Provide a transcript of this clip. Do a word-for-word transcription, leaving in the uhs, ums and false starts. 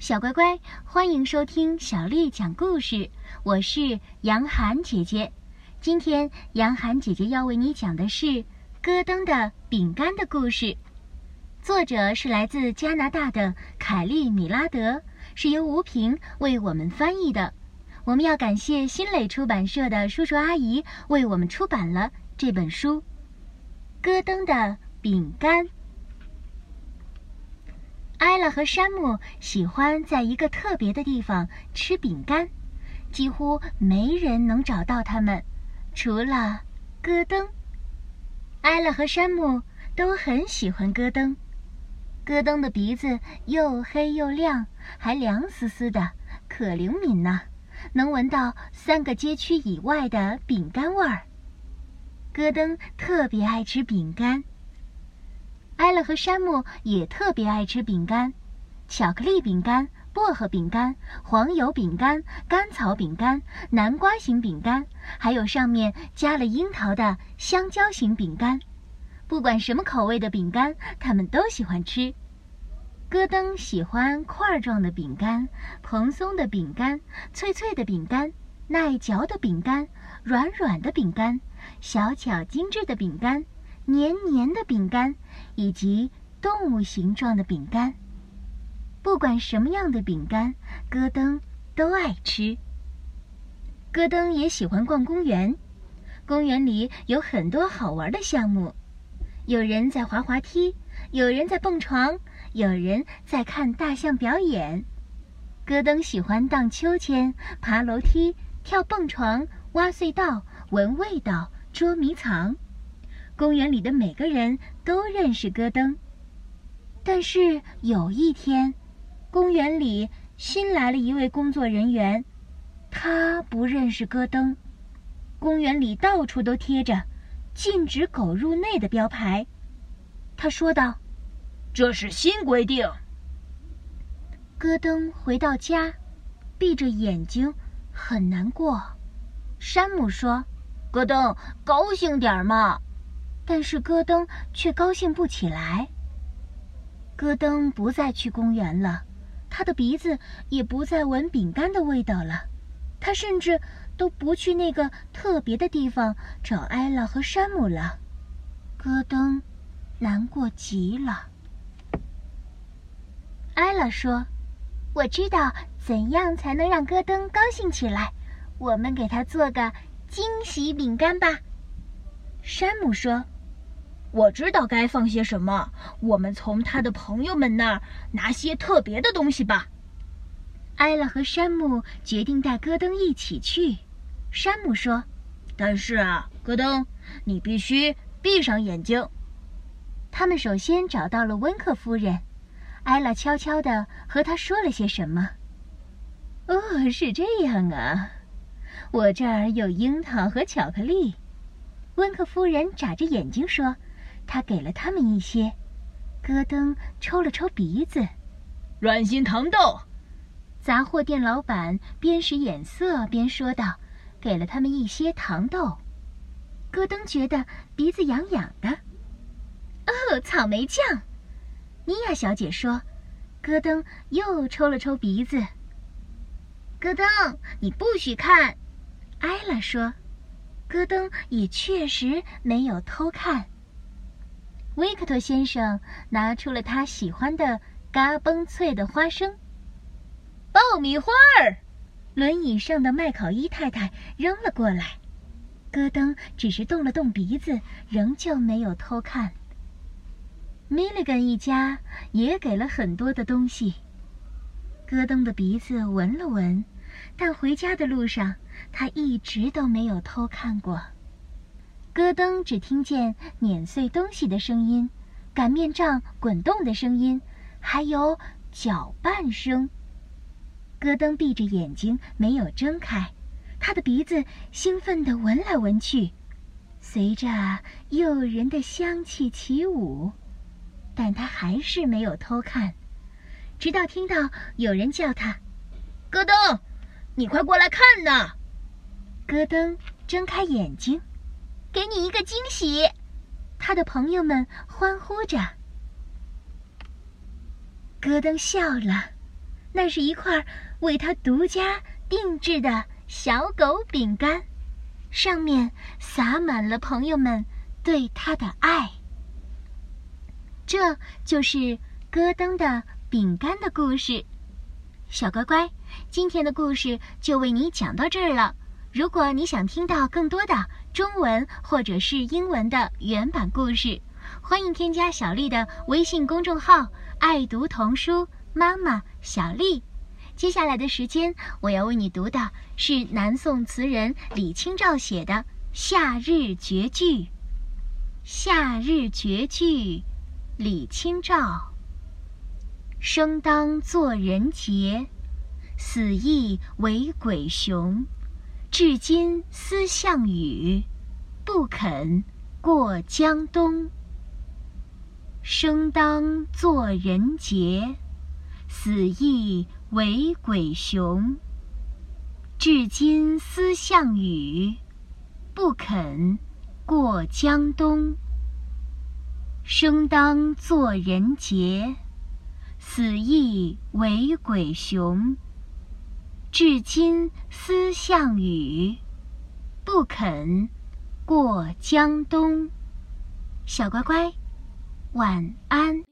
小乖乖，欢迎收听小丽讲故事，我是杨涵姐姐。今天杨涵姐姐要为你讲的是咯噔的饼干的故事，作者是来自加拿大的凯利·米拉德，是由吴平为我们翻译的。我们要感谢新蕾出版社的叔叔阿姨为我们出版了这本书。咯噔的饼干。艾拉和山姆喜欢在一个特别的地方吃饼干，几乎没人能找到他们，除了咯噔。艾拉和山姆都很喜欢咯噔。咯噔的鼻子又黑又亮，还凉丝丝的，可灵敏呢，能闻到三个街区以外的饼干味儿。咯噔特别爱吃饼干。艾拉和山姆也特别爱吃饼干，巧克力饼干、薄荷饼干、黄油饼干、甘草饼干、南瓜型饼干，还有上面加了樱桃的香蕉型饼干。不管什么口味的饼干，他们都喜欢吃。咯噔喜欢块状的饼干、蓬松的饼干、脆脆的饼干、耐嚼的饼干、软软的饼干、小巧精致的饼干、黏黏的饼干，以及动物形状的饼干。不管什么样的饼干，咯噔都爱吃。咯噔也喜欢逛公园，公园里有很多好玩的项目，有人在滑滑梯，有人在蹦床，有人在看大象表演。咯噔喜欢荡秋千、爬楼梯、跳蹦床、挖隧道、闻味道、捉迷藏。公园里的每个人都认识咯噔。但是有一天，公园里新来了一位工作人员，他不认识咯噔。公园里到处都贴着禁止狗入内的标牌。他说道： 这是新规定。 咯噔回到家，闭着眼睛，很难过。山姆说： 咯噔，高兴点嘛。 但是咯噔却高兴不起来。咯噔不再去公园了，他的鼻子也不再闻饼干的味道了，他甚至都不去那个特别的地方找艾拉和山姆了。咯噔难过极了。艾拉说：我知道怎样才能让咯噔高兴起来，我们给他做个惊喜饼干吧。山姆说： 我知道该放些什么，我们从他的朋友们那儿拿些特别的东西吧。 艾拉和山姆决定带咯噔一起去。山姆说： 但是啊，咯噔，你必须闭上眼睛。 他们首先找到了温克夫人，艾拉悄悄地和她说了些什么。哦，是这样啊，我这儿有樱桃和巧克力。温克夫人眨着眼睛说，她给了他们一些。咯噔抽了抽鼻子。 软心糖豆。 杂货店老板边使眼色边说道，给了他们一些糖豆。咯噔觉得鼻子痒痒的。哦，草莓酱。妮亚小姐说。咯噔又抽了抽鼻子。 咯噔，你不许看。 艾拉说。咯噔也确实没有偷看。维克托先生拿出了他喜欢的嘎嘣脆的花生。 爆米花儿！ 轮椅上的麦考伊太太扔了过来。咯噔只是动了动鼻子，仍旧没有偷看。米利根一家也给了很多的东西。咯噔的鼻子闻了闻，但回家的路上他一直都没有偷看过。咯噔只听见碾碎东西的声音，擀面杖滚动的声音，还有搅拌声。咯噔闭着眼睛没有睁开，他的鼻子兴奋地闻来闻去，随着诱人的香气起舞，但他还是没有偷看，直到听到有人叫他： 咯噔，你快过来看呐！ 咯噔睁开眼睛，给你一个惊喜！他的朋友们欢呼着。咯噔笑了， 那是一块为他独家定制的小狗饼干，上面洒满了朋友们对他的爱。这就是咯噔的饼干的故事。小乖乖，今天的故事就为你讲到这儿了。如果你想听到更多的中文或者是英文的原版故事，欢迎添加小丽的微信公众号爱读童书妈妈小丽。接下来的时间，我要为你读的是南宋词人李清照写的《夏日绝句》。夏日绝句，李清照。生当作人杰，死亦为鬼雄。至今思项羽，不肯过江东。生当作人杰，死亦为鬼雄。至今思项羽，不肯过江东。生当作人杰，死亦为鬼雄。至今思项羽，不肯过江东。小乖乖，晚安。